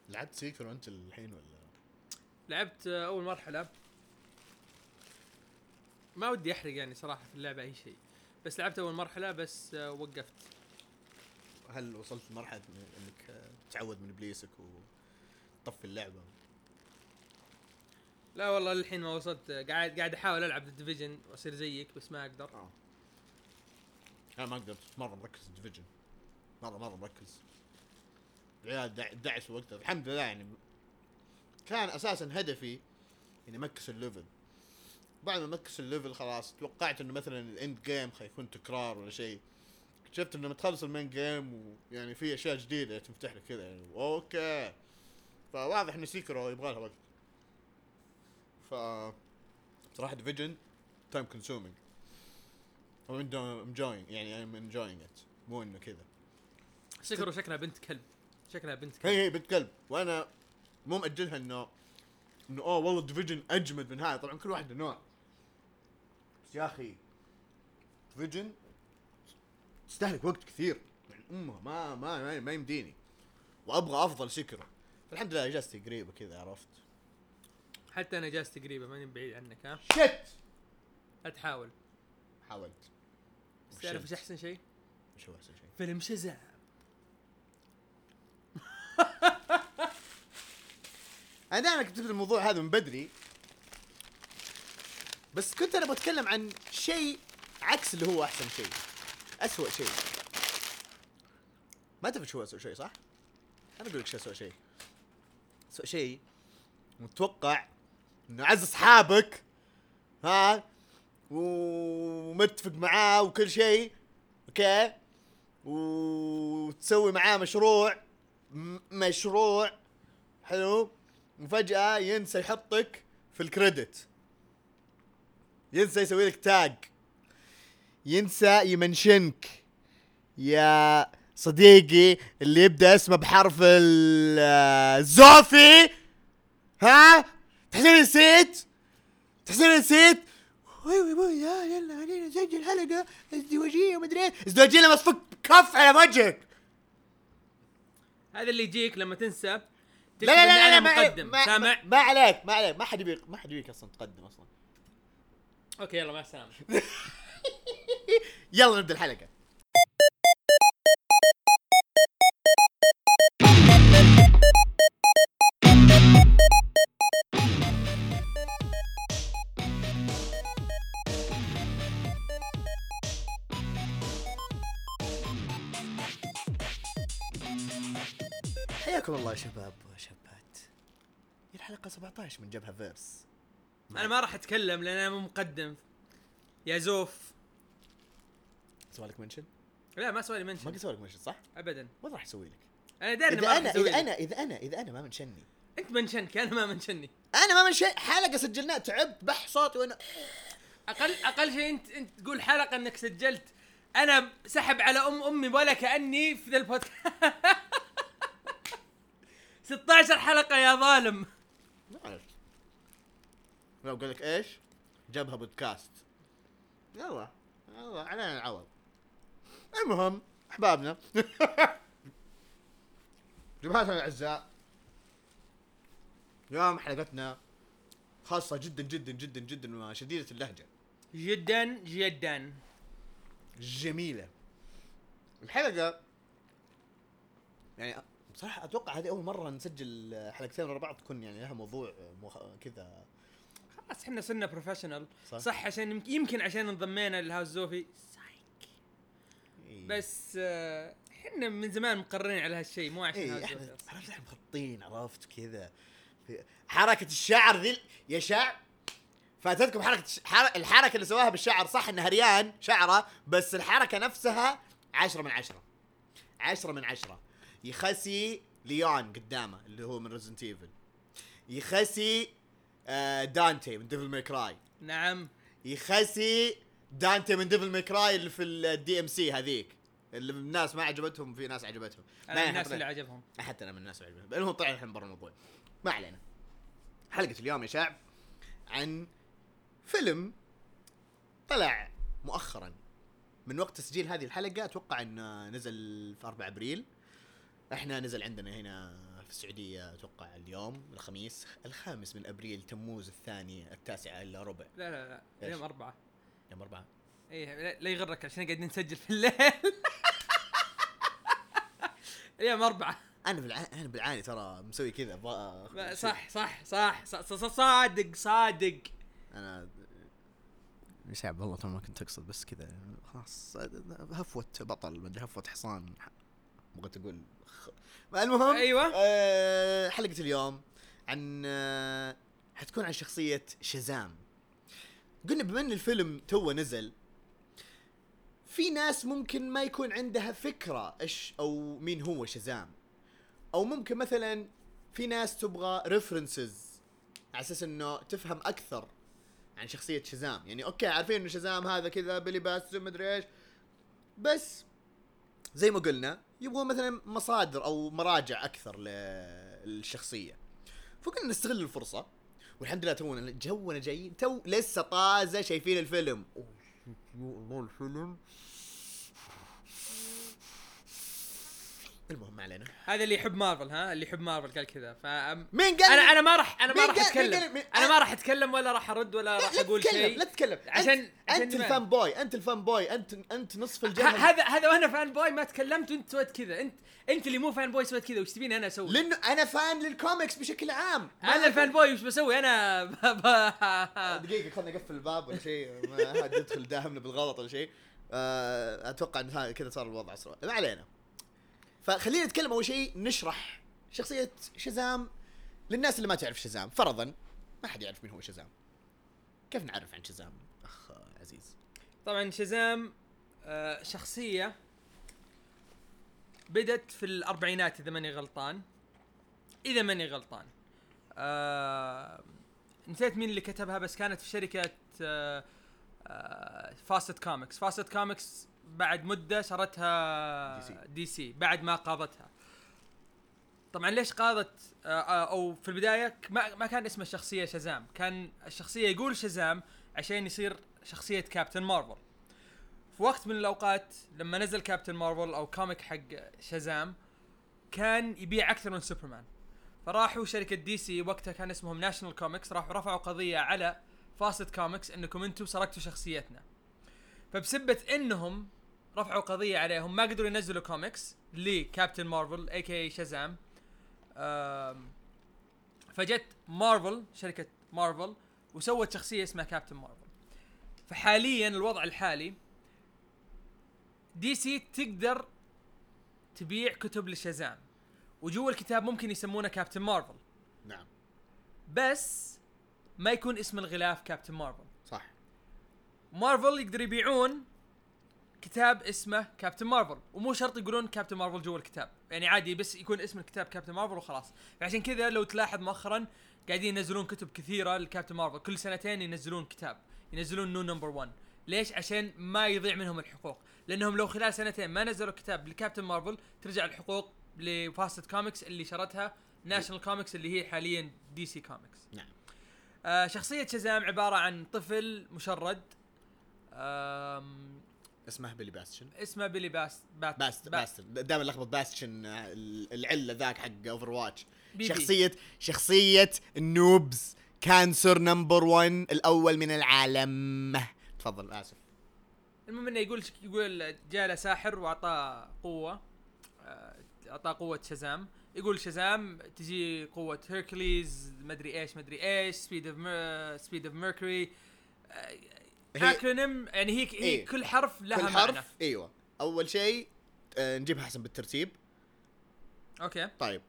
لعبت سيكرو انت الحين ولا؟ لعبت اول مرحله، ما ودي احرق يعني صراحه في اللعبه اي شيء، بس لعبت اول مرحله بس وقفت. هل وصلت لمرحله انك تعود من ابليسك وطفي اللعبه؟ لا والله للحين ما وصلت، قاعد احاول العب الديفيجن واصير زيك بس ما اقدر. انا ما قدرت، مره مركز الديفيجن، مره مركز. العيال دعس وقتها الحمد لله يعني. كان اساسا هدفي اني مكس الليفل. بعد ما مكس الليفل خلاص توقعت انه مثلا الاند جيم خيكون تكرار ولا شيء. شفت انه متخلص المين جيم ويعني في اشياء جديده تفتح لك كذا يعني اوكي. فواضح ان سيكرو يبغى لها وقت. ف صراحه ديفيجن تايم كونسومينج. I'm enjoying يعني I'm enjoying it، مو انه كذا. سكروا شكلها بنت كلب، شكلها بنت كلب. هي بنت كلب، وانا مو مأجلها انه والله ديفيجن اجمد من هاي. طبعا كل واحد نوع، بس يا اخي ديفيجن تستهلك وقت كثير يعني امها ما يمديني، وابغى افضل سكره. الحمد لله اجازتي قريبه كذا عرفت. حتى انا اجازتي قريبه ماني بعيد عنك. ها شت لا تحاول. حاولت. بس تعرف ايش احسن شيء؟ شو احسن شيء؟ فيلم شزام. انا دائما كنت في الموضوع هذا من بدري، بس كنت انا بتكلم عن شيء عكس اللي هو احسن شيء، اسوأ شيء. ما تفهم شو اسوأ شيء صح؟ انا اقول لك شو اسوأ شيء. اسوأ شيء متوقع انه عز اصحابك ها ومتفق معاه وكل شيء اوكي، وتسوي معاه مشروع حلو، وفجأة ينسى يحطك في الكريدت، ينسى يسوي لك تاج، ينسى يمنشنك يا صديقي اللي يبدأ اسمه بحرف الزوفي. ها تحسين نسيت وي يلا خلينا نسجل حلقة ازدواجية ومدري ازدواجية لما تصفق كف على وجهك. هذا اللي يجيك لما تنسى. لا مقدم سامع. ما عليك ما حد يبيك اصلا تقدم اصلا. اوكي يلا مع السلامة. يلا نبدأ الحلقة. حياكم الله شباب وشابات. الحلقة 17 من جبهة فيرس. انا ما راح اتكلم لان انا مو مقدم يا زوف. سوالك منشن؟ لا ما سوالي منشن. ما قلت سوالك منشن صح؟ ابدا. وين راح اسوي لك؟ انا داري ما راح اسوي لك. اذا انا ما منشني. انت منشنك انا ما منشني. انا ما منشن حلقة سجلناها تعبت بح صوتي وانا اقل شيء انت تقول حلقة انك سجلت. انا سحب على امي ولا كاني في ذا البودكاست. 16 حلقة يا ظالم. ما عرفت. لو قال لك ايش؟ جبهة بودكاست. يلا علينا العوض. المهم احبابنا. جبهاتنا الاعزاء، اليوم حلقتنا خاصة جدا جدا جدا جدا وشديدة اللهجة، جدا جميلة. الحلقة يعني بصراحة اتوقع هذه اول مرة نسجل حلقتين ورا بعض تكون يعني لها موضوع كذا. خلاص احنا صرنا بروفيشنال صح عشان يمكن عشان انضمينا للهاوس زوفي سايك. بس احنا من زمان مقررين على هالشيء مو عشان هاوس زوفي. عرفت احنا مخططين عرفت كذا حركة الشعر ذي يا شعب. فاتتكم الحركة اللي سواها بالشعر صح انها ريان شعره، بس الحركة نفسها 10 من 10. 10 من 10. يخسي ليون قدامه اللي هو من ريزنت ايفل، يخسي دانتي من ديفل ماي كراي. نعم يخسي دانتي من ديفل ماي كراي اللي في الدي ام سي هذيك اللي الناس ما عجبتهم في ناس عجبتهم. انا من الناس اللي عجبهم. حتى انا من الناس اللي عجبهم. المهم طلع الحين برا الموضوع ما علينا. حلقة اليوم يا شعب عن فيلم طلع مؤخرا من وقت تسجيل هذه الحلقة. اتوقع انه نزل في 4 ابريل. احنا نزل عندنا هنا في السعودية أتوقع اليوم الخميس 5 من أبريل تموز 9:09 لا اليوم 4. يوم 4. ايه لا يغرك عشان قاعدين نسجل في الليل. اليوم 4. أنا بالعاني ترى مسوي كذا صح صادق. أنا مش عارف والله ما كنت أقصد بس كذا خلاص هفوة بطل مدري هفوة حصان بغيت أقول المهم أيوة. حلقة اليوم عن حتكون عن شخصية شازام. قلنا بما أن الفيلم توه نزل في ناس ممكن ما يكون عندها فكرة إيش أو مين هو شازام، أو ممكن مثلا في ناس تبغى ريفرنسز على أساس إنه تفهم أكثر عن شخصية شازام. يعني أوكي عارفين إنه شازام هذا كذا بيلي باسل مدري إيش، بس زي ما قلنا يبغوا مثلا مصادر أو مراجع أكثر للشخصية. فقلنا نستغل الفرصة، والحمد لله جونا جايين لسه طازة شايفين الفيلم. الله الفيلم المهم ما علينا. هذا اللي يحب مارفل، اللي يحب مارفل قال كذا. مين قال؟ انا ما راح اتكلم. انا ما راح اتكلم ولا راح ارد ولا راح اقول شيء. لا تتكلم عشان انت الفان بوي، انت نصف الجنة. هذا وانا فان بوي ما تكلمت وانت سويت كذا. انت اللي مو فان بوي سويت كذا. وش تبيني انا اسوي؟ لانه انا فان للكوميكس بشكل عام. انا الفان بوي وش بسوي انا؟ دقيقة خلنا نقفل الباب ولا شيء، ما حد يدخل داهمنا بالغلط ولا شيء. اتوقع ان كذا صار الوضع اسرع. ما علينا. فخلينا نتكلم أول شيء نشرح شخصية شازام للناس اللي ما تعرف شازام. فرضا ما حد يعرف مين هو شازام، كيف نعرف عن شازام أخ عزيز؟ طبعا شازام شخصية بدت في الأربعينات إذا ماني غلطان. نسيت مين اللي كتبها، بس كانت في شركة فاست كوميكس. بعد مدة صارتها دي سي بعد ما قاضتها. طبعا ليش قاضت او في البداية ما كان اسم الشخصية شازام، كان الشخصية يقول شازام عشان يصير شخصية كابتن مارفل. في وقت من الاوقات لما نزل كابتن مارفل او كوميك حق شازام كان يبيع اكثر من سوبرمان، فراحوا شركة دي سي وقتها كان اسمهم ناشونال كوميكس، راحوا رفعوا قضية على فاست كوميكس انكم انتم سرقتوا شخصيتنا. فبسبة انهم رفعوا قضية عليهم ما قدروا ينزلوا كوميكس لكابتن مارفل اي كي شازام. فجت مارفل شركة مارفل وسوت شخصية اسمها كابتن مارفل. فحاليا الوضع الحالي دي سي تقدر تبيع كتب لشازام وجوا الكتاب ممكن يسمونه كابتن مارفل. نعم. بس ما يكون اسم الغلاف كابتن مارفل. صح. مارفل يقدر يبيعون كتاب اسمه كابتن مارفل ومو شرط يقولون كابتن مارفل جوا الكتاب، يعني عادي بس يكون اسم الكتاب كابتن مارفل وخلاص. فعشان كذا لو تلاحظ مؤخرا قاعدين ينزلون كتب كثيرة لكابتن مارفل، كل سنتين ينزلون كتاب، ينزلون نو نمبر 1. ليش؟ عشان ما يضيع منهم الحقوق، لانهم لو خلال سنتين ما نزلوا كتاب لكابتن مارفل ترجع الحقوق لفاست كوميكس اللي شرتها ناشونال كوميكس اللي هي حاليا دي سي كوميكس. نعم. شخصية شازام عبارة عن طفل مشرد اسمه بيلي باستشن. اسمه بيلي باستن دائما لخبط باستشن العله ذاك حق اوفر واتش. بي شخصيه النوبز كانسر نمبر 1 الاول من العالم. تفضل اسف. المهم انه يقول جاء ساحر واعطاه قوه، اعطاه قوه شازام. يقول شازام تجي قوه هيركليز مدري ايش سبيد اوف ميركوري. اكرونيم يعني هي إيه؟ كل حرف لها كل معنى. حرف ايوه. اول شيء نجيبها احسن بالترتيب. اوكي طيب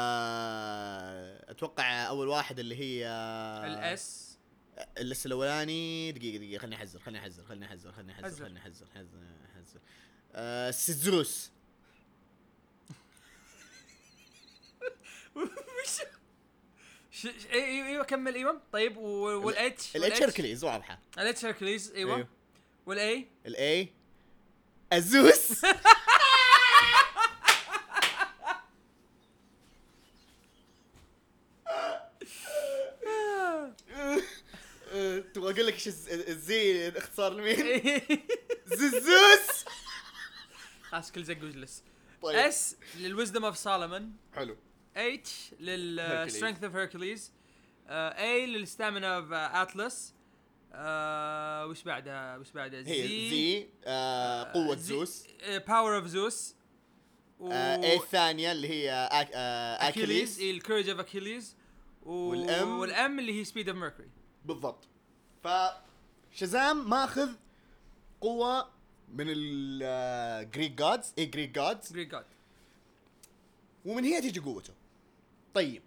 اتوقع اول واحد اللي هي الاس الاولاني. دقيقه خليني احزر. سيزوس. ايوه كمل. ايوه طيب والاتش هيركليز واضحه. الاتش هيركليز ايوه. والاي ازوس. تبغى اقول لك ايش الزي اختصار لمين؟ زوس. خلاص كل زق وجلس. طيب. اس للويزدم اوف سولومون. حلو. اتش للسترينث اوف هيركوليز، اي للستامينا اوف اتلس، وش بعدها زي قوة زوس، باور اوف زوس، اي الثانية اللي هي اكيليز، الكورج اوف اكيليز، والام اللي هي سبيد اوف ميركوري. بالضبط. فشازام ماخذ قوة من الجريك جادز، جريك جاد، ومن هي تيجي قوته. طيب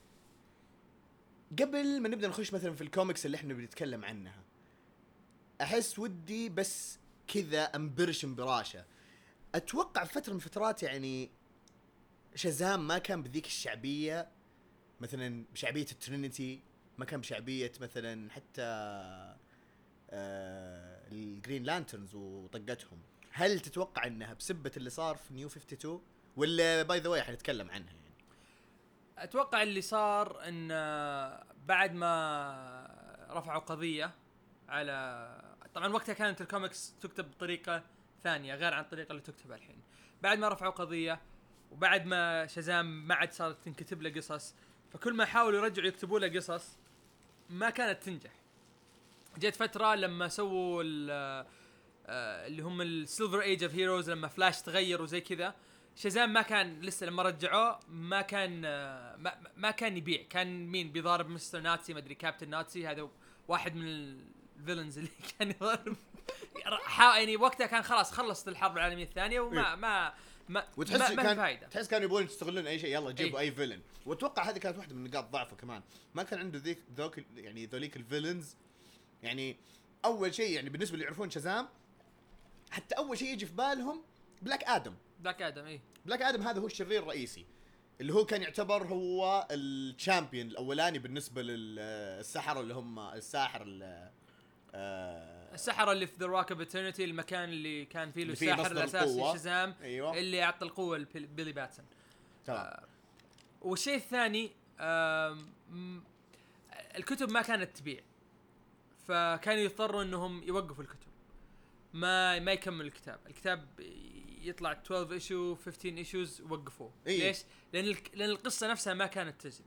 قبل ما نبدأ نخش مثلا في الكوميكس اللي احنا بنتكلم عنها، احس ودي بس كذا انبرشم براشة. اتوقع فترة من فترات يعني شازام ما كان بذيك الشعبية، مثلا بشعبية الترينيتي، ما كان بشعبية مثلا حتى الجرين لانترنز وطقتهم. هل تتوقع انها بسبة اللي صار في نيو 52 ولا باي ذا واي حنتكلم عنها يعني؟ اتوقع اللي صار ان بعد ما رفعوا قضية على، طبعا وقتها كانت الكوميكس تكتب بطريقة ثانية غير عن الطريقة اللي تكتبها الحين. بعد ما رفعوا قضية وبعد ما شازام ما عاد صارت تنكتب له قصص، فكل ما حاولوا يرجعوا يكتبوا له قصص ما كانت تنجح. جت فترة لما سووا اللي هم السيلفر ايج اوف هيروز، لما فلاش تغير وزي كذا، شازام ما كان لسه لما رجعوه ما كان يبيع. كان مين بيضارب مستر ناتسي، ما ادري كابتن ناتسي، هذا واحد من الفيلنز اللي كان يضارب يعني وقتها كان خلاص خلصت الحرب العالمية الثانية وما ما وتحس ما كان فايدة. تحس كانوا يبغون يستغلون اي شيء، يلا جيبوا اي فيلن. واتوقع هذه كانت واحده من نقاط ضعفه كمان، ما كان عنده ذوليك الفيلنز. يعني اول شيء يعني بالنسبه اللي يعرفون شازام، حتى اول شيء يجي في بالهم بلاك ادم. بلاك ادم هذا هو الشرير الرئيسي، اللي هو كان يعتبر هو الشامبيون الاولاني بالنسبه للسحرة، اللي هم السحرة اللي في ذا روك اوف ايترنيتي، المكان اللي كان فيه له الساحر الاساسي شازام. أيوة. اللي يعطي القوه لبيلي باتسون. والشيء الثاني الكتب ما كانت تبيع، فكانوا يضطروا انهم يوقفوا الكتب، ما يكمل الكتاب يطلع 12 ايشو 15 ايشوز وقفوه. ليش؟ لان القصه نفسها ما كانت تجذب.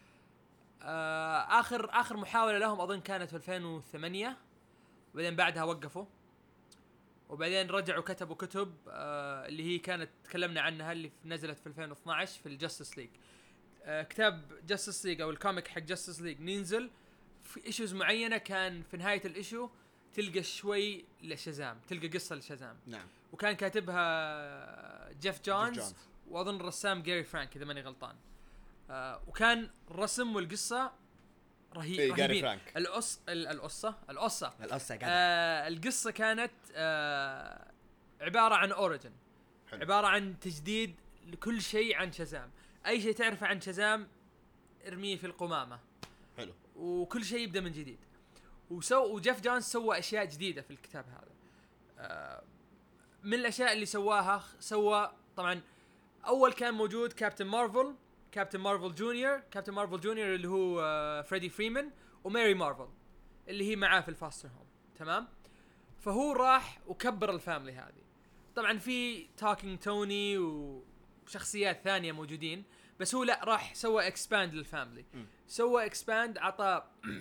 اخر محاوله لهم اظن كانت في 2008، وبعدين بعدها وقفوا، وبعدين رجعوا كتبوا كتب اللي هي كانت تكلمنا عنها، اللي نزلت في 2012 في الجاستس ليج. كتاب جاستس ليج او الكوميك حق جاستس ليج ننزل في ايشوز معينه، كان في نهايه الايشو تلقى شوي لشازام، تلقى قصه لشازام. نعم. وكان كاتبها جيف جونز واظن الرسام جاري فرانك اذا ماني غلطان. وكان الرسم والقصه رهيبين. القصه القصه كانت عباره عن اوريجن، عباره عن تجديد لكل شيء عن شازام. اي شيء تعرفه عن شازام ارميه في القمامه. حلو. وكل شيء يبدا من جديد. وجيف جونز سوى اشياء جديده في الكتاب هذا. من الاشياء اللي سوى طبعا اول كان موجود كابتن مارفل جونيور اللي هو فريدي فريمان، وماري مارفل اللي هي معاه في الفاستر هوم. تمام. فهو راح وكبر الفاميلي هذه. طبعا في توكينج توني وشخصيات ثانيه موجودين، بس هو لا، راح سوى اكسباند للفاميلي. سوى اكسباند، عطى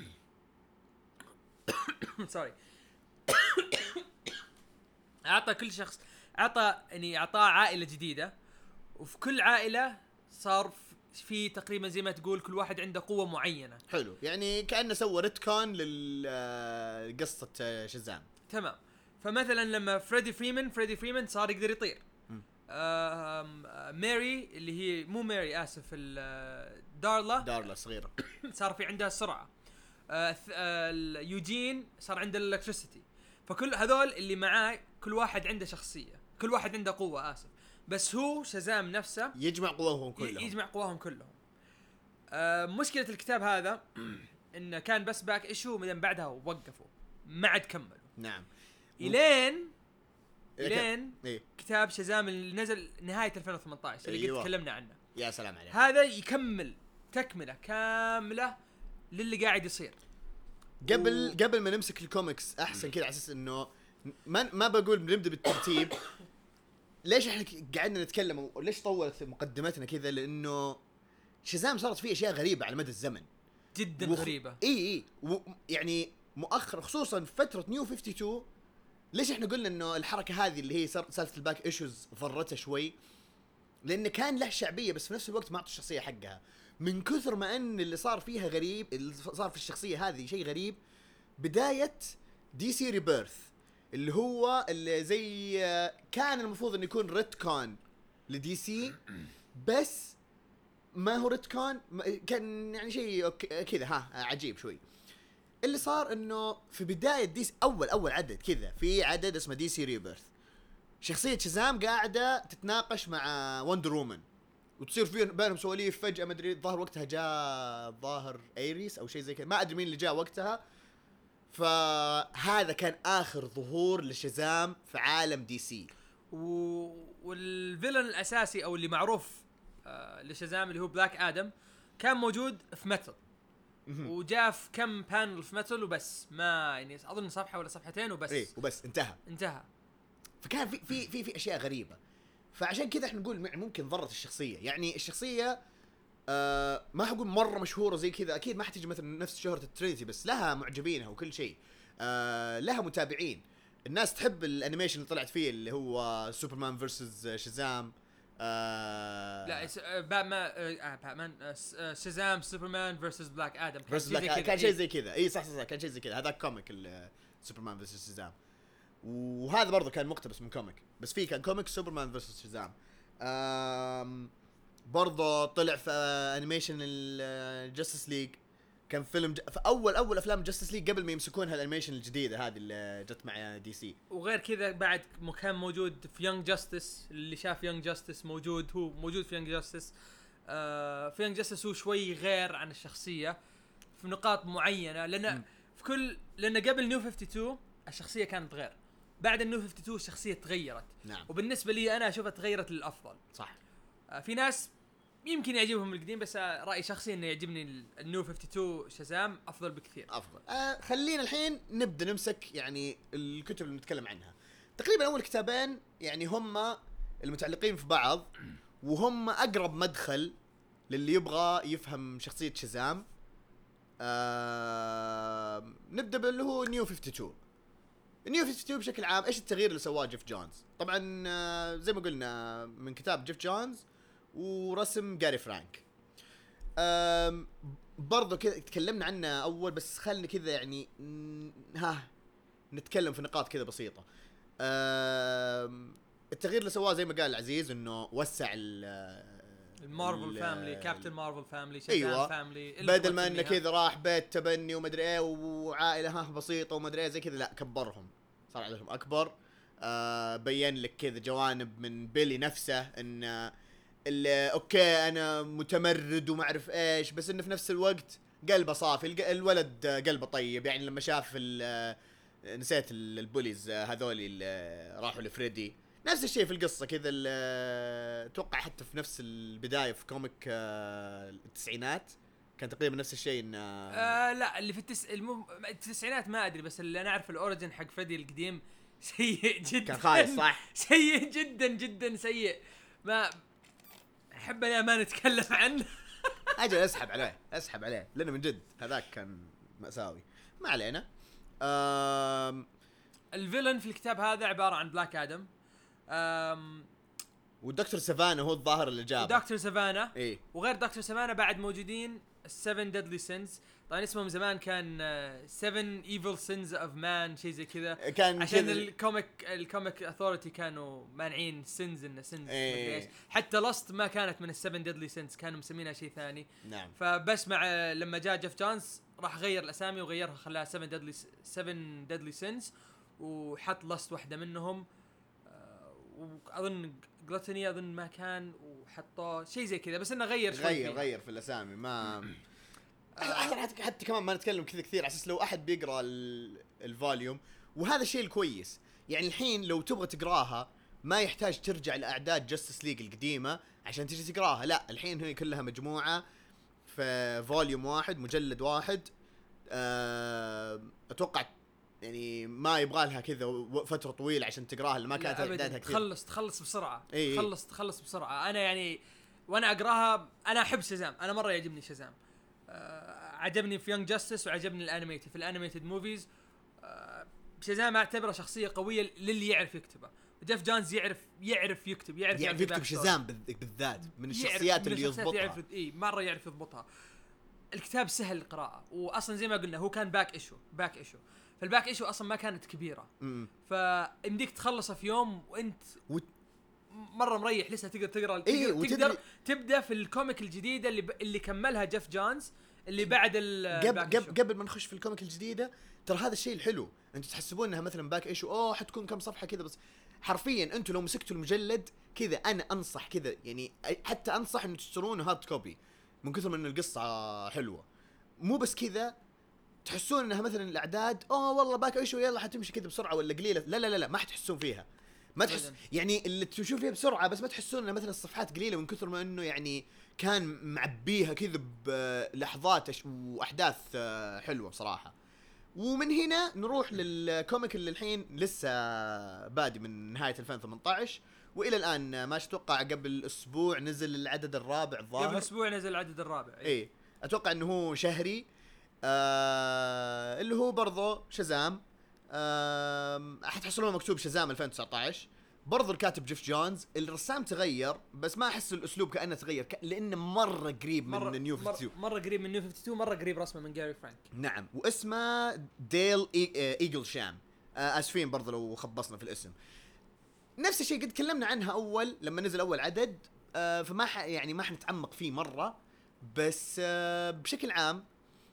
سوري اعطى كل شخص، اعطاه عائله جديده، وفي كل عائله صار في تقريبا زي ما تقول كل واحد عنده قوه معينه. حلو، يعني كأنه سوى ريتكون لقصه شازام. تمام. فمثلا لما فريدي فريمان صار يقدر يطير. ماري اللي هي مو ماري، اسف، دارلا صغيره صار في عندها سرعه. يوجين صار عنده الالكتريسيتي. فكل هذول اللي معاه كل واحد عنده شخصيه، كل واحد عنده قوه، اسف، بس هو شازام نفسه يجمع قواهم كلهم. مشكله الكتاب هذا انه كان بس باك ايشو، من بعدها وقفوا ما عاد كملوا. نعم. الين إيه؟ كتاب شازام اللي نزل نهايه 2018 اللي قد تكلمنا عنه. يا سلام عليك. هذا يكمل تكمله كامله للي قاعد يصير. قبل ما نمسك الكوميكس احسن كذا على اساس انه ما بقول بنبدا بالترتيب. ليش احنا قعدنا نتكلم وليش طولت مقدمتنا كذا؟ لانه شازام صارت فيه اشياء غريبه على مدى الزمن جدا غريبه. اي يعني مؤخر خصوصا في فتره نيو 52. ليش احنا قلنا انه الحركه هذه اللي هي سالفه الباك ايشوز ضرته شوي؟ لانه كان له شعبيه بس في نفس الوقت ما اعطى الشخصيه حقها، من كثر ما ان اللي صار فيها غريب، اللي صار في الشخصيه هذه شيء غريب. بدايه دي سي ريبيرث اللي هو اللي زي كان المفروض انه يكون ريتكون لدي سي، بس ما هو ريتكون، كان يعني شيء كذا عجيب شوي. اللي صار انه في بدايه دي اول عدد كذا، في عدد اسمه دي سي ريبيرث، شخصيه شازام قاعده تتناقش مع وندر وومن وتصير في بينهم سواليف. فجاه ما ادري ظهر وقتها جاء ظاهر ايريس او شيء زي كذا، ما ادري مين اللي جاء وقتها. فهذا كان اخر ظهور لشازام في عالم دي سي. والفيلن الاساسي او اللي معروف لشازام اللي هو بلاك ادم كان موجود في متل، وجاء في كم بانل في متل وبس، ما يعني اظن صفحه ولا صفحتين وبس. ايه وبس انتهى. فكان في اشياء غريبه، فعشان كذا احنا نقول ممكن ضرت الشخصيه. يعني الشخصيه ما حقول مره مشهوره زي كذا، اكيد ما حتيجي مثلا نفس شهره الترينيتي، بس لها معجبينها وكل شيء، لها متابعين. الناس تحب الانيميشن اللي طلعت فيه اللي هو سوبرمان فيرسز شازام. لا باتمان شازام سوبرمان فيرسز بلاك ادم كان شيء زي كذا. اي صح كان شيء زي كذا. هذا كوميك سوبرمان فيرسز شازام، وهذا برضه كان مقتبس من كوميك، بس فيه كان كوميك سوبرمان فيرسز شازام. برضه طلع في انيميشن الجاستس ليج، كان فيلم في اول افلام جاستس ليج قبل ما يمسكونها الانيميشن الجديده هذه اللي جت مع دي سي. وغير كذا بعد كان موجود في يونج جاستس، اللي شاف يونج جاستس موجود في يونج جاستس. في يونج جاستس هو شوي غير عن الشخصيه في نقاط معينه، لان قبل نيو 52 الشخصيه كانت غير، بعد النيو 52 الشخصيه تغيرت. نعم. وبالنسبه لي انا اشوفها تغيرت للافضل. صح. في ناس يمكن يعجبهم القديم، بس رايي شخصي انه يعجبني النيو 52 شازام افضل بكثير. افضل. خلينا الحين نبدا نمسك يعني الكتب اللي نتكلم عنها. تقريبا اول كتابين يعني هم المتعلقين في بعض، وهم اقرب مدخل للي يبغى يفهم شخصيه شازام. نبدا باللي هو نيو 52. نيو 52 بشكل عام ايش التغيير اللي سواه جيف جونز؟ طبعا زي ما قلنا من كتاب جيف جونز ورسم جاري فرانك. برضو كذا تكلمنا عنه اول، بس خلني كذا يعني نتكلم في نقاط كذا بسيطه. التغيير اللي سواه زي ما قال العزيز انه وسع المارفل فاميلي، كابتن مارفل فاميلي، أيوة. فاميلي، بدل ما انه كذا راح بيت تبني ومدري ايه وعائله بسيطه ومدري ايه زي كذا، لا كبرهم، صار عددهم اكبر. بين لك كذا جوانب من بيلي نفسه، ان اللي اوكي انا متمرد وما اعرف ايش، بس انه في نفس الوقت قلبه صافي. الولد قلبه طيب، يعني لما شاف نسيت البوليز هذول اللي راحوا لفريدي، نفس الشيء في القصه كذا. اتوقع حتى في نفس البدايه في كوميك التسعينات كان تقريبا نفس الشيء. ان لا اللي في التسعينات ما ادري، بس اللي انا اعرف الاوريجن حق فريدي القديم سيء جدا، كان خايس صح. سيء جدا جدا سيء، ما احب انا ما نتكلم عنه. اجل اسحب عليه لانه من جد هذاك كان مأساوي. ما علينا. الفيلن في الكتاب هذا عباره عن بلاك ادم، والدكتور سافانا هو الظاهر اللي جابه. دكتور سافانا إيه؟ وغير دكتور سافانا بعد موجودين 7 deadly sins. طبعا اسمهم زمان كان 7 evil sins of man، شيء زي كذا، كان عشان الكوميك اثوريتي كانوا مانعين سينز انه سينز. إيه؟ حتى لاست ما كانت من ال7 deadly sins، كانوا مسمينها شيء ثاني. نعم. فبس مع لما جاء جيف جونز راح غير الاسامي وغيرها، خلاها 7 deadly sins، وحط لاست واحده منهم. واظن جلوتني اظن ما كان، وحطوا شيء زي كذا، بس انه غير في الاسامي. ما حتى كمان ما نتكلم كذا كثير، على اساس لو احد بيقرا الفوليوم، وهذا الشيء الكويس. يعني الحين لو تبغى تقراها ما يحتاج ترجع لاعداد جاستس ليج القديمه عشان تجي تقراها، لا الحين هي كلها مجموعه في فوليوم واحد، مجلد واحد. اتوقع يعني ما يبغى لها كذا فتره طويله عشان تقراها، اللي ما كانت اعدادها كثير. تخلص بسرعه. إيه. تخلص بسرعه. انا يعني وانا اقراها انا احب شازام، انا مره يعجبني شازام. عجبني في يونج جاستس وعجبني الانيميتد في الانيميتد موفيز. شازام اعتبره شخصيه قويه للي يعرف يكتبه. جيف جونز يعرف يكتب، يعرف يكتب شازام بالذات من الشخصيات اللي يضبطها. مره يعرف يضبطها. الكتاب سهل القراءه، واصلا زي ما قلنا هو كان باك ايشو فالباك ايشو اصلا ما كانت كبيره، فيمديك تخلصه في يوم وانت مره مريح لسه تقدر تقرا. تقدر تبدا في الكوميك الجديده اللي كملها جيف جونز اللي بعد قبل ما نخش في الكوميك الجديده. ترى هذا الشيء الحلو، انتم تحسبون انها مثلا باك ايشو حتكون كم صفحه كذا، بس حرفيا انتم لو مسكتوا المجلد كذا، انا انصح كذا يعني، حتى انصح انه تشترونه هارد كوبي من كثر من القصه حلوه. مو بس كذا تحسون انها مثلا الاعداد والله باك ايشو يلا حتمشي كذا بسرعه ولا قليله، لا لا لا, لا ما حتحسون فيها، ما تحس يعني اللي تشوف فيها بسرعه، بس ما تحسون ان مثلا الصفحات قليله من كثر ما انه يعني كان معبيها كذا بلحظات واحداث حلوه صراحه. ومن هنا نروح للكوميك اللي الحين لسه بادي من نهايه 2018 والى الان، ما اتوقع قبل اسبوع نزل العدد الرابع الظاهر. قبل اسبوع نزل العدد الرابع. اي اتوقع انه هو شهري. اللي هو برضه شازام. حتحصلونه مكتوب شازام 2019. برضو الكاتب جيف جونز، الرسام تغير بس ما احس الاسلوب كانه تغير لانه مره قريب من نيو 52. مره قريب من نيو 52، مره قريب رسمه من جاري فرانك. نعم، واسمه ديل ايجل شام. اسفين برضو لو خبصنا في الاسم. نفس الشيء قد تكلمنا عنها اول لما نزل اول عدد. فما يعني ما حنتعمق فيه مره، بس بشكل عام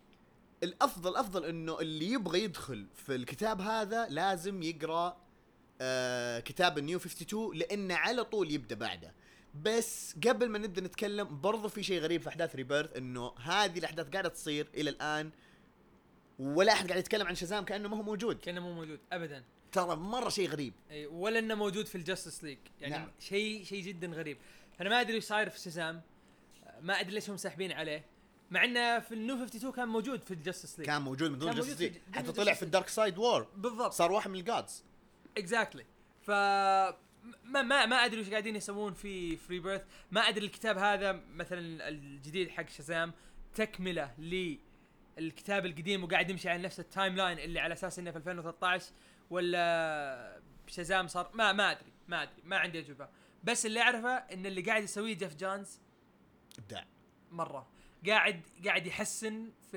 الافضل انه اللي يبغى يدخل في الكتاب هذا لازم يقرا كتاب النيو 52 لانه على طول يبدا بعده. بس قبل ما نبدا نتكلم برضو في شيء غريب في احداث ريبيرث، انه هذه الاحداث قاعده تصير الى الان ولا احد قاعد يتكلم عن شازام كانه ما هو موجود. كانه مو موجود ابدا. ترى مره شيء غريب. اي ولا انه موجود في الجاستس ليج يعني. نعم. شيء جدا غريب. انا ما ادري ايش صاير في شازام، ما ادري ليش هم ساحبين عليه، مع انه في النيو 52 كان موجود في الجاستس ليج. كان موجود من دون جاستس ليج، حتى طلع في الدارك سايد وور. بالضبط، صار واحد من الجادز. اكزاكتلي. ف ما ادري ايش قاعدين يسوون في فري بيرث. ما ادري الكتاب هذا مثلا الجديد حق شازام تكمله للكتاب القديم وقاعد يمشي على نفس التايم لاين اللي على اساس انه في 2013، ولا شازام صار ما ادري ما عندي اجوبه. بس اللي اعرفه ان اللي قاعد يسويه جيف جونز ابداع مره. قاعد يحسن في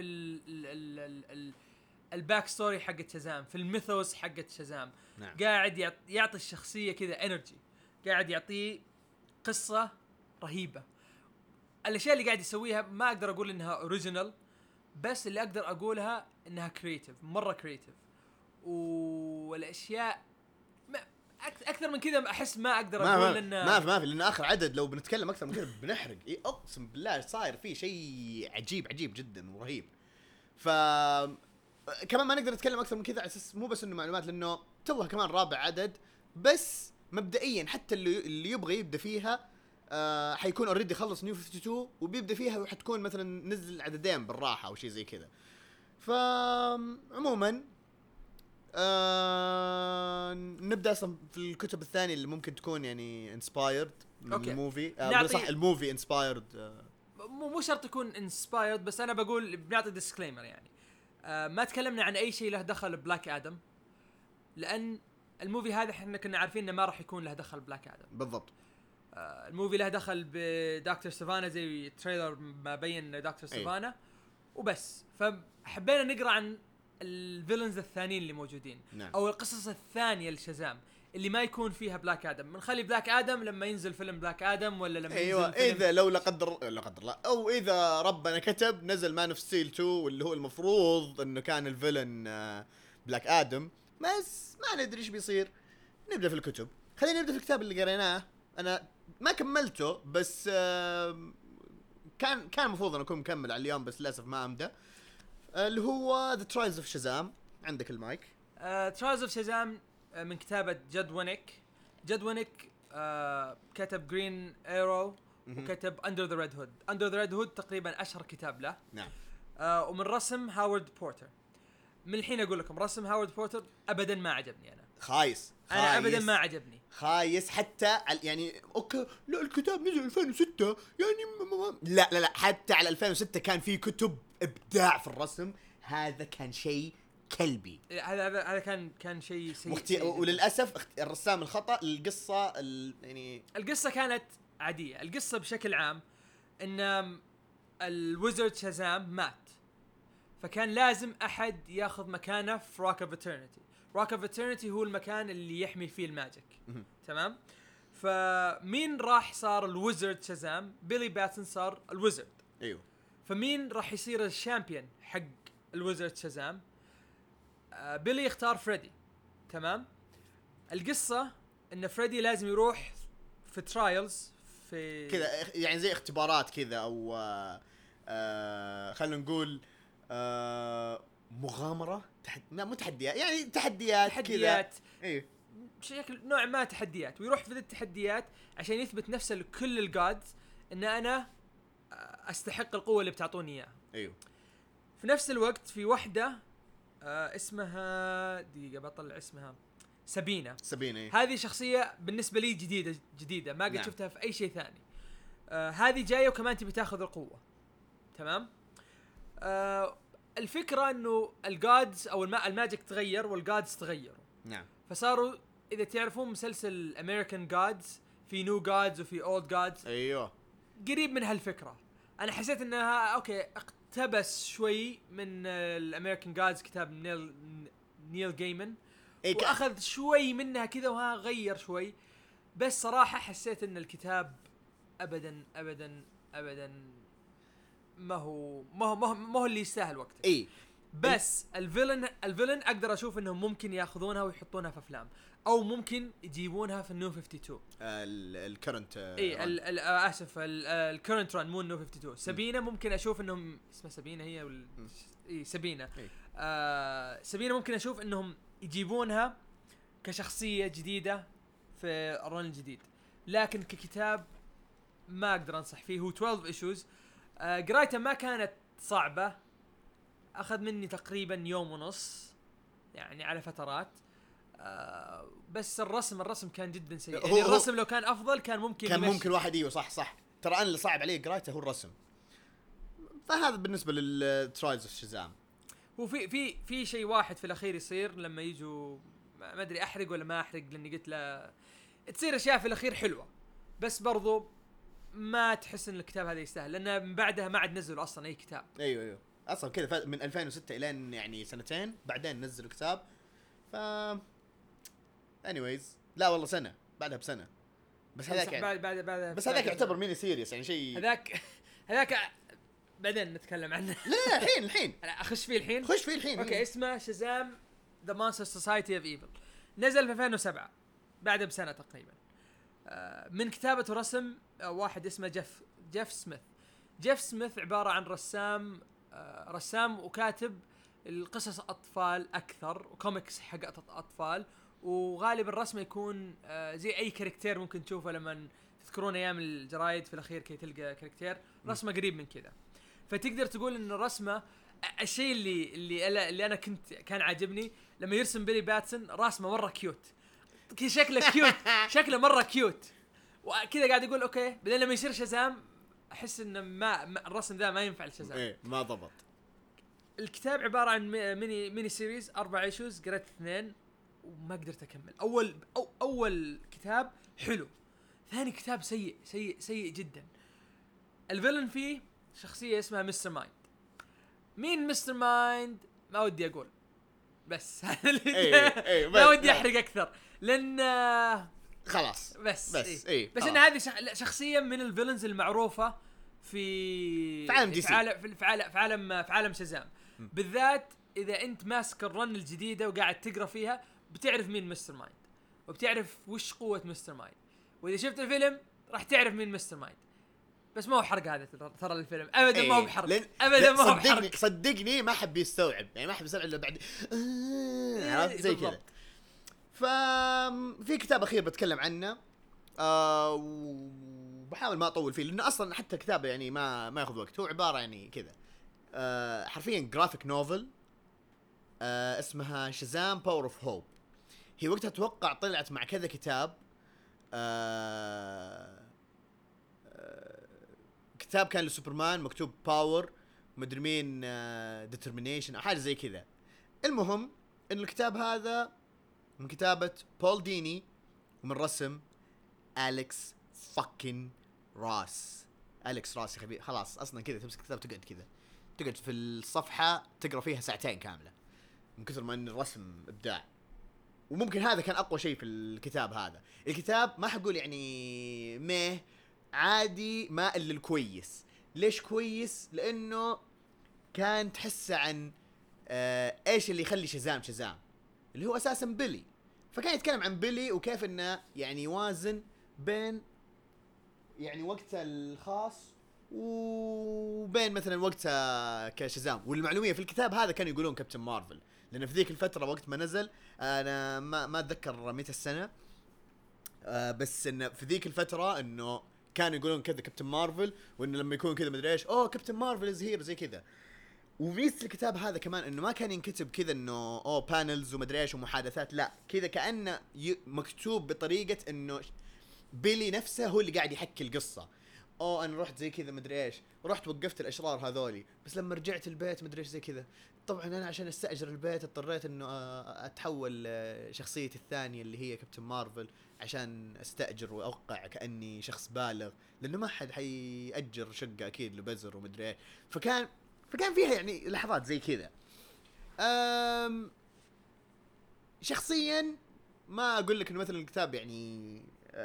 الباك ستوري حقت شازام، في الميثوس حقت شازام. نعم. قاعد يعطي الشخصيه كذا انرجي، قاعد يعطيه قصه رهيبه. الاشياء اللي قاعد يسويها ما اقدر اقول انها اوريجينال، بس اللي اقدر اقولها انها كرييتيف، مره كرييتيف. والاشياء اكثر من كذا احس ما اقدر اقول انه ما في لان اخر عدد لو بنتكلم اكثر من كذا بنحرق. اقسم بالله صاير فيه شيء عجيب جدا ورهيب. ف كمان ما نقدر نتكلم اكثر من كذا على اساس مو بس انه معلومات، لانه توه كمان رابع عدد. بس مبدئيا حتى اللي يبغى يبدا فيها حيكون اوريدي خلص نيو 52 وبيبدا فيها، وحتكون مثلا نزل عددين بالراحه او شيء زي كذا. فعموما نبدا اصلا في الكتب الثانيه اللي ممكن تكون يعني انسبايرد من الموفي. صح، الموفي انسبايرد. مو شرط يكون انسبايرد، بس انا بقول بنعطي ديسكليمر يعني. ما تكلمنا عن اي شيء له دخل بلاك ادم، لان الموفي هذا احنا كنا عارفين انه ما راح يكون له دخل بلاك ادم. بالضبط. الموفي له دخل بدكتور سيفانا زي تريلر ما بين دكتور سيفانا وبس. فحبينا نقرا عن الفيلنز الثانيين اللي موجودين. نعم. او القصص الثانيه لشازام اللي ما يكون فيها بلاك ادم. بنخلي بلاك ادم لما ينزل فيلم بلاك ادم، ولا لما ينزل فيلم اذا لو لا قدر الله او اذا ربنا كتب نزل مان اوف ستيل 2 واللي هو المفروض انه كان الفيلن بلاك ادم، بس ما ندري ايش بيصير. نبدا في الكتب. خلينا نبدا في الكتاب اللي قريناه. انا ما كملته، بس كان المفروض ان اكون مكمل على اليوم، بس للاسف ما امدى. اللي هو The Trials of Shazam. عندك المايك. Trials of Shazam من كتابة جد وينيك. كتب جرين ايرو وكتب Under the Red Hood. Under the Red Hood تقريبا أشهر كتاب له. نعم. ومن رسم هاورد بورتر. من الحين اقول لكم رسم هاورد بورتر ابدا ما عجبني خايس انا ابدا ما عجبني خايس حتى يعني اوكي لا الكتاب نزل 2006 يعني لا لا لا حتى على 2006 كان في كتب ابداع في الرسم، هذا كان شيء كلبي. هذا كان شيء سيء وللاسف الرسام الخطا القصه يعني القصه كانت عاديه. القصه بشكل عام ان الويزرد شازام مات، فكان لازم احد ياخذ مكانه في روك اوف ايترنيتي. روك اوف ايترنيتي هو المكان اللي يحمي فيه الماجيك. تمام. فمين راح صار الويزرد شازام؟ بيلي باتسون صار الويزرد. ايوه. فمين راح يصير الشامبيون حق الويزرد شازام؟ بيلي يختار فريدي. تمام. القصه ان فريدي لازم يروح في ترايلز في كذا يعني زي اختبارات كذا او خلينا نقول مغامره لا مو تحديات يعني تحديات كذا. ايوه بشكل نوع ما تحديات، ويروح في ذي التحديات عشان يثبت نفسه لكل الجادز ان انا استحق القوه اللي بتعطوني اياها. ايوه. في نفس الوقت في وحده اسمها دقيقه بطلع اسمها سابينا. إيه؟ هذه شخصيه بالنسبه لي جديده ما قد شفتها في اي شيء ثاني. هذه جايه وكمان تبي تاخذ القوه. تمام. الفكره انه الجادز او الماجيك تغير والجادز تغيروا. نعم. فصاروا اذا تعرفون مسلسل امريكان جادز في نيو جادز وفي اولد جادز. ايوه قريب من هالفكره. انا حسيت انها اوكي اقتبس شوي من الامريكان جادز كتاب نيل جيمن واخذ شوي منها كذا وها غير شوي. بس صراحه حسيت ان الكتاب ابدا ابدا ابدا ما هو اللي يستاهل وقته. اي بس الفيلن اقدر اشوف انهم ممكن ياخذونها ويحطونها في افلام او ممكن يجيبونها في النيو 52 الكرنت اسف الكرنت ران مو النيو 52. سابينا ممكن اشوف انهم اسمها سابينا هي سابينا. سابينا ممكن اشوف انهم يجيبونها كشخصيه جديده في الرن الجديد، لكن ككتاب ما اقدر انصح فيه. هو 12 ايشوز. قرايته ما كانت صعبه، اخذ مني تقريبا يوم ونص يعني على فترات. بس الرسم كان جدا سيء. يعني الرسم لو كان افضل كان ممكن واحد ايوه صح ترى انا اللي صعب عليه قرايته هو الرسم. فهذا بالنسبه للترايلز الشزام. وفي شيء واحد في الاخير يصير لما يجوا ما ادري احرق ولا ما احرق لاني قلت لا تصير اشياء في الاخير حلوه، بس برضو ما تحس ان الكتاب هذا يستاهل لانه من بعدها ما عاد نزلوا اصلا اي كتاب. ايوه اصلا كذا من 2006 الى يعني سنتين بعدين نزلوا كتاب. ف anyways لا والله سنه بعدها بسنه بس هذاك يعني بعد بس هذاك يعتبر ميني سيريس يعني شيء هذاك بعدين نتكلم عنه. لا الحين اخش فيه الحين. خش فيه الحين. اوكي اسمه شازام ذا مونستر سوسايتي اوف ايفل. نزل في 2007 بعد بسنه تقريبا. من كتابه ورسم واحد اسمه جيف سميث عباره عن رسام وكاتب القصص اطفال اكثر وكوميكس حق اطفال، وغالبا رسمه يكون زي اي كاركتير ممكن تشوفه لما تذكرون ايام الجرايد في الاخير كي تلقى كاركتير رسمه قريب من كذا. فتقدر تقول ان الرسمه الشيء اللي انا كان عاجبني لما يرسم بيلي باتسون رسمه مره كيوت، شكله كيوت شكله مره كيوت وكذا قاعد يقول اوكي. بعدين لما يصير شازام احس ان ما الرسم ذا ما ينفع لشازام. ايه ما ضبط. الكتاب عباره عن ميني سيريز 4 ايشوز. قرأت 2 وما قدرت اكمل. اول كتاب حلو، ثاني كتاب سيء جدا. الفيلن فيه شخصيه اسمها مستر مايند. مين مستر مايند ما ودي اقول، بس ما ودي احرق اكثر لان خلاص بس إيه. بس ان هذه شخصيه من الفيلنز المعروفه في عالم دي سي. في عالم شازام بالذات. اذا انت ماسك الرن الجديده وقاعد تقرا فيها بتعرف مين مستر مايند وبتعرف وش قوه مستر مايند، واذا شفت الفيلم راح تعرف مين مستر مايند. بس ما هو حرق هذا ترى الفيلم ابدا ما هو بحرق ابدا ما هو بحرق. صدقني ما حب يستوعب يعني ما حب يستوعب الا بعد عرفت زي كذا. ففي كتاب اخير بتكلم عنه وبحاول ما اطول فيه لانه اصلا حتى الكتاب يعني ما ياخذ وقت. هو عباره يعني كذا حرفيا جرافيك نوفل اسمها شازام باور اوف هوب. هي وقتها اتوقع طلعت مع كذا كتاب. كتاب كان لسوبرمان مكتوب باور مدري مين ديترمينيشن او حاجه زي كذا. المهم ان الكتاب هذا من كتابه بول ديني ومن رسم أليكس فاكين راس. أليكس راس يا خبيث. خلاص اصلا كذا تمسك كتاب تقعد في الصفحه تقرا فيها ساعتين كامله من كثر ما ان الرسم ابداع. وممكن هذا كان اقوى شيء في الكتاب هذا. الكتاب ما حقول يعني عادي، ما الا الكويس. ليش كويس؟ لانه كان تحسه عن ايش اللي يخلي شازام اللي هو اساسا بيلي. فكان يتكلم عن بيلي وكيف انه يعني يوازن بين يعني وقته الخاص وبين مثلا وقتها كشازام. والمعلوميه في الكتاب هذا كانوا يقولون كابتن مارفل، لان في ذيك الفتره وقت ما نزل انا ما اتذكر متى السنه، بس انه في ذيك الفتره انه كانوا يقولون كذا كابتن مارفل، وانه لما يكون كذا مدري ايش كابتن مارفل از هير زي كذا. وميزة الكتاب هذا كمان انه ما كان ينكتب كذا انه بانلز ومدري ايش ومحادثات، لا كذا كانه مكتوب بطريقه انه بيلي نفسه هو اللي قاعد يحكي القصه. انا رحت زي كذا مدري ايش، رحت وقفت الاشرار هذولي، بس لما رجعت البيت مدري ايش زي كذا. طبعا انا عشان استاجر البيت اضطريت انه اتحول شخصيتي الثانيه اللي هي كابتن مارفل عشان استاجر واوقع كاني شخص بالغ، لانه ما حد حيأجر شقه اكيد لبزر ومدري ايش. فكان فيها يعني لحظات زي كذا. شخصيا ما اقول لك انه مثلا الكتاب يعني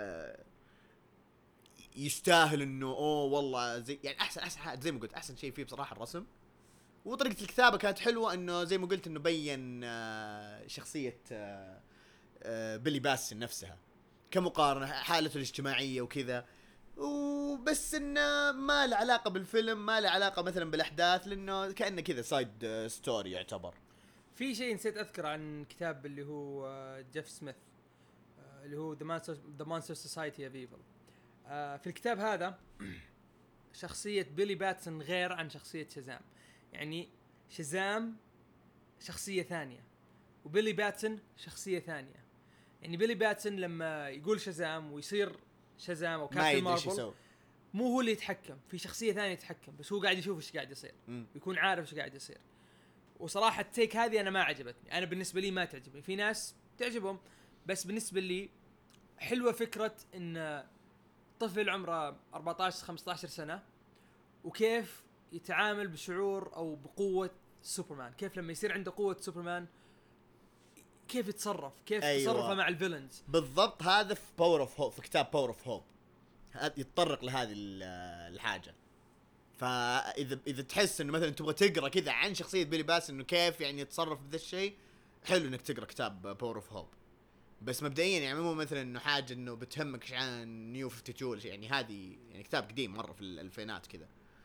يستاهل انه والله زي يعني احسن حاجه زي ما قلت احسن شيء فيه بصراحه الرسم، وطريقه الكتابه كانت حلوه، انه زي ما قلت انه بين شخصيه بيلي باسن نفسها كمقارنه حالته الاجتماعيه وكذا. وبس انه ما له علاقه بالفيلم، ما له علاقه مثلا بالاحداث، لانه كانه كذا سايد ستوري يعتبر. في شيء نسيت اذكر عن كتاب اللي هو جيف سميث، اللي هو ذا مانستر سوسايتي اوف ايفل. في الكتاب هذا شخصية بيلي باتسون غير عن شخصية شازام. يعني شازام شخصية ثانية وبيلي باتسون شخصية ثانية. يعني بيلي باتسون لما يقول شازام ويصير شازام او كابتن مارفل، مو هو اللي يتحكم في شخصية ثانية يتحكم، بس هو قاعد يشوف ايش قاعد يصير ويكون عارف ايش قاعد يصير. وصراحة التيك هذه انا ما عجبتني، انا بالنسبة لي ما تعجبني، في ناس تعجبهم، بس بالنسبة لي حلوة فكرة ان طفل عمره 14-15 سنة وكيف يتعامل بشعور او بقوة سوبرمان، كيف لما يصير عنده قوة سوبرمان كيف يتصرف، كيف تصرفه مع الفيلنز بالضبط. هذا في باور اوف هوب، في كتاب باور اوف هوب يتطرق لهذه الحاجة. فاذا تحس انه مثلا تبغى تقرا كذا عن شخصية بيلي باس انه كيف يعني يتصرف بذا الشيء، حلو انك تقرا كتاب باور اوف هوب. بس مبدئيا يعني مو مثلا انه حاجه انه بتهمك عن نيو 52 يعني، هذه يعني كتاب قديم مره في الالفينات كذا.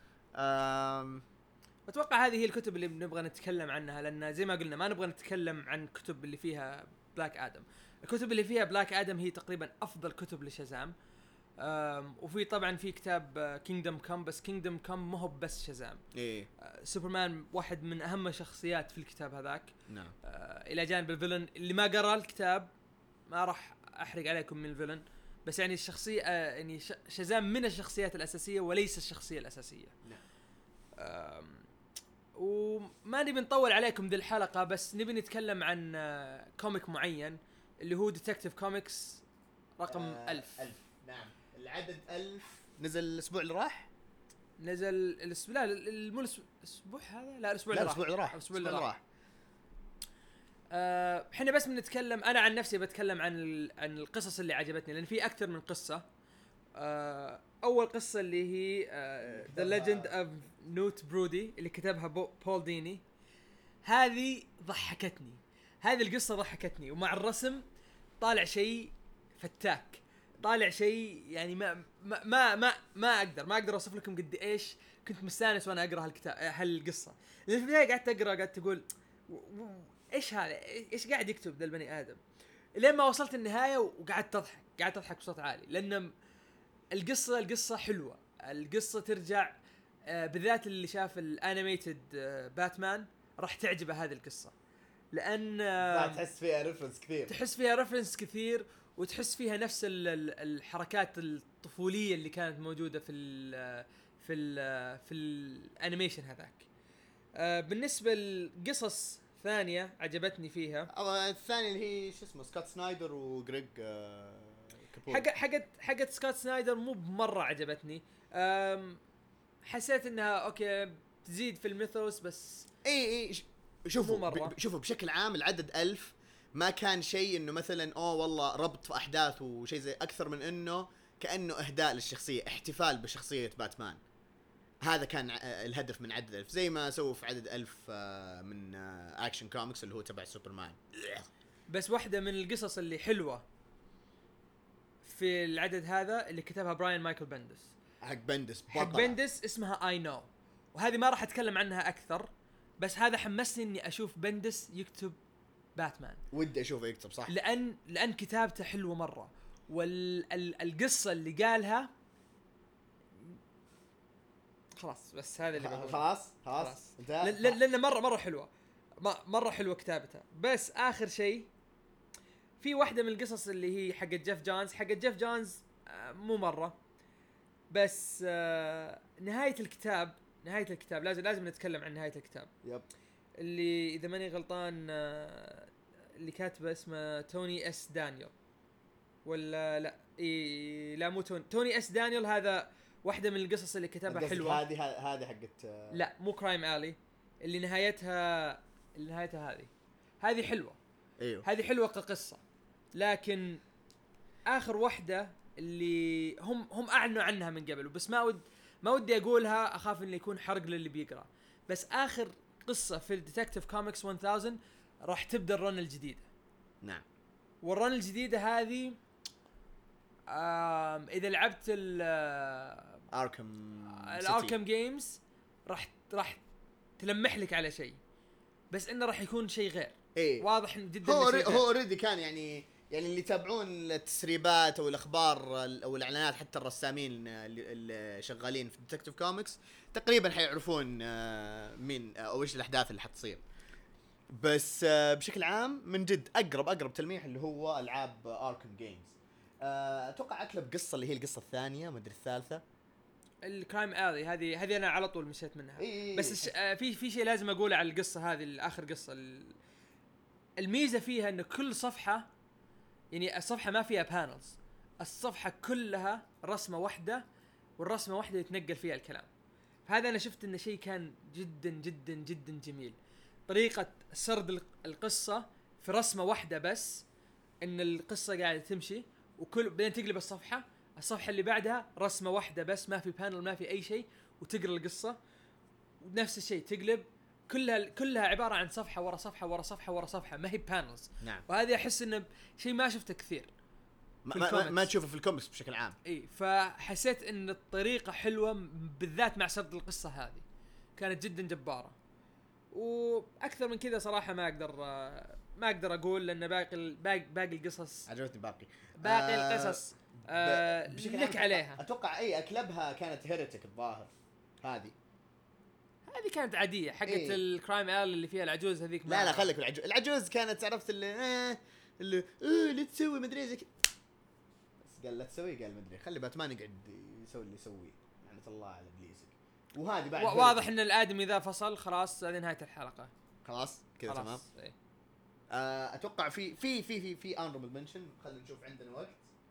اتوقع هذه هي الكتب اللي بنبغى نتكلم عنها، لان زي ما قلنا ما نبغى نتكلم عن كتب اللي فيها بلاك ادم. الكتب اللي فيها بلاك ادم هي تقريبا افضل كتب لشازام. وفي طبعا في كتاب كينجدم كام، بس كينجدم كام ما هو بس شازام. ايه سوبرمان واحد من اهم الشخصيات في الكتاب هذاك. نعم. الى جانب الفيلن اللي ما قرأ الكتاب ما راح احرق عليكم من الفيلن، بس يعني الشخصيه يعني شازام من الشخصيات الاساسيه وليس الشخصيه الاساسيه. نعم. وما نبي نطول عليكم ذي الحلقه، بس نبي نتكلم عن كوميك معين اللي هو ديتكتيف كوميكس رقم 1000. نعم العدد 1000 نزل الاسبوع اللي راح. نزل الاسبوع، لا مو الاسبوع هذا، لا الاسبوع اللي راح. الاسبوع اللي راح. احنا بس بنتكلم، انا عن نفسي بتكلم عن القصص اللي عجبتني، لان في اكثر من قصه. اول قصه اللي هي ذا ليجند اوف نوت برودي اللي كتبها بول ديني. هذه ضحكتني، هذه القصه ضحكتني، ومع الرسم طالع شيء فتاك، طالع شيء يعني ما اقدر اوصف لكم قد ايش كنت مستانس وانا اقرا هالقصه. لان في البدايه قعدت اقرا، قعدت اقول ايش هذا، ايش قاعد يكتب ذا البني ادم، لين ما وصلت النهايه وقعدت اضحك بصوت عالي، لان القصه حلوه. القصه ترجع بالذات اللي شاف الانيميتد باتمان راح تعجبه هذه القصه. لان تحس فيها ريفرنس كثير، تحس فيها ريفرنس كثير، وتحس فيها نفس الحركات الطفوليه اللي كانت موجوده في الانيميشن هذاك. بالنسبه لقصص ثانيه عجبتني فيها، الثانيه اللي هي شو اسمه سكوت سنايدر وغريج كابول. حقت سكوت سنايدر مو بمره عجبتني. حسيت انها اوكي تزيد في الميثوس بس. اي شوفوا بشكل عام العدد 1000 ما كان شيء انه مثلا والله ربط في احداث وشيء زي، اكثر من انه كانه اهداء للشخصيه، احتفال بشخصيه باتمان. هذا كان الهدف من عدد 1000، زي ما سووا في عدد 1000 من اكشن كوميكس اللي هو تبع سوبرمان. بس واحدة من القصص اللي حلوة في العدد هذا اللي كتبها براين مايكل بندس، حق بندس اسمها اي نو، وهذه ما راح اتكلم عنها اكثر، بس هذا حمسني اني اشوف بندس يكتب باتمان. ودي اشوفه يكتب صح، لان كتابته حلوة مرة، والقصة اللي قالها خلاص. بس هذا اللي بقوله. خلاص لأن مرة حلوة، مرة حلوة كتابتها. بس آخر شيء في واحدة من القصص اللي هي حق جيف جونز مو مرة، بس نهاية الكتاب لازم نتكلم عن نهاية الكتاب. يب. اللي إذا ماني غلطان اللي كاتبه اسمه توني اس دانيال، ولا لا لا مو توني اس دانيال. هذا واحدة من القصص اللي كتبها حلوة. هذه حقت لا مو كرايم آلي، اللي نهايتها هذه حلوة. ايوه هذه حلوة كقصة، لكن آخر واحدة اللي هم أعلنوا عنها من قبل، بس ما ودي أقولها، أخاف إنه يكون حرق للي بيقرأ. بس آخر قصة في الديتكتيف كوميكس 1000 راح تبدأ الرن الجديدة. نعم. والرن الجديدة هذه إذا لعبت الاركم جيمز راح تلمح لك على شيء، بس انه راح يكون شيء غير. واضح جدا هو اوريدي كان يعني اللي يتابعون التسريبات او الاخبار او الاعلانات، حتى الرسامين اللي شغالين في ديتكتيف كوميكس تقريبا حيعرفون مين او ايش الاحداث اللي حتصير. بس بشكل عام من جد اقرب تلميح اللي هو العاب اركم جيمز. اتوقع اكلب قصه اللي هي القصه الثانيه، ما ادري الثالثه، الكرايم آلي. هذه انا على طول مشيت منها. بس في شيء لازم اقوله على القصه هذه، الاخر قصه. الميزه فيها انه كل صفحه، يعني الصفحه ما فيها بانلز، الصفحه كلها رسمه واحده، والرسمه واحده يتنقل فيها الكلام. هذا انا شفت انه شيء كان جدا جدا جدا جميل، طريقه سرد القصه في رسمه واحده، بس ان القصه قاعده تمشي وكل بعدين تقلب الصفحه اللي بعدها رسمه واحده بس، ما في بانل ما في اي شيء، وتقرا القصه ونفس الشيء تقلب، كلها عباره عن صفحه ورا صفحه ورا صفحه ورا صفحه، ما هي بانلز. نعم. وهذا احس انه شيء ما شفته كثير ما تشوفه في الكوميكس بشكل عام. اي فحسيت ان الطريقه حلوه، بالذات مع سرد القصه هذه كانت جدا جباره. واكثر من كذا صراحه ما اقدر اقول، لان باقي القصص عجبتني. باقي القصص لك عليها. اتوقع اكلبها كانت هيريتك الظاهر. هذه كانت عاديه حقت الكرايم اللي فيها العجوز هذيك. لا خليك العجوز كانت عرفت اللي لا تسوي مدري زي بس قال لا تسوي، قال مدري خلي باتمان يقعد يسوي اللي يسويه، يعني الله على ابليسك. وهذه بعد واضح ان الادمي اذا فصل خلاص هذه نهايه الحلقه، خلاص كذا تمام. ايه. اتوقع في honorable mention. خلينا نشوف عندنا وقت،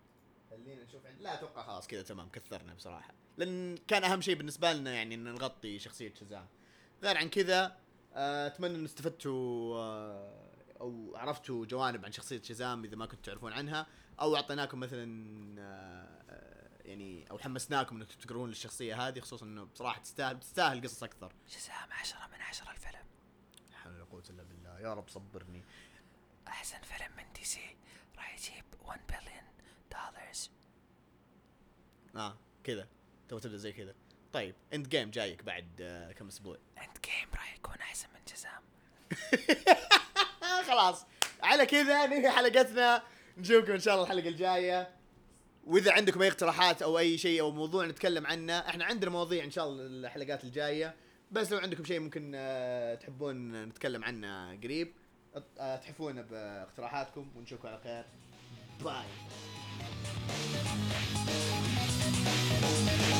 لا اتوقع خلاص كذا تمام، كثرنا بصراحه، لان كان اهم شيء بالنسبه لنا يعني ان نغطي شخصيه شازام. غير عن كذا اتمنى ان استفدتوا او عرفتوا جوانب عن شخصيه شازام اذا ما كنتوا تعرفون عنها، او اعطيناكم مثلا يعني او حمسناكم انكم تقرون للشخصيه هذه، خصوصا انه بصراحه تستاهل قصص اكثر. شازام 10 من 10 الفيلم. لا حول ولا قوه الا بالله، يا رب صبرني. احسن فيلم من دي سي راح يجيب $1 billion. كذا تبدأ زي كذا. طيب اند جيم جايك بعد كم اسبوع. اند جيم راح يكون احسن من شازام. خلاص على كذا ننهي حلقتنا، نشوفكم ان شاء الله الحلقه الجايه. واذا عندكم اي اقتراحات او اي شيء او موضوع نتكلم عنه، احنا عندنا مواضيع ان شاء الله الحلقات الجايه، بس لو عندكم شيء ممكن تحبون نتكلم عنه قريب تحفونا باقتراحاتكم ونشوفكم على خير. باي.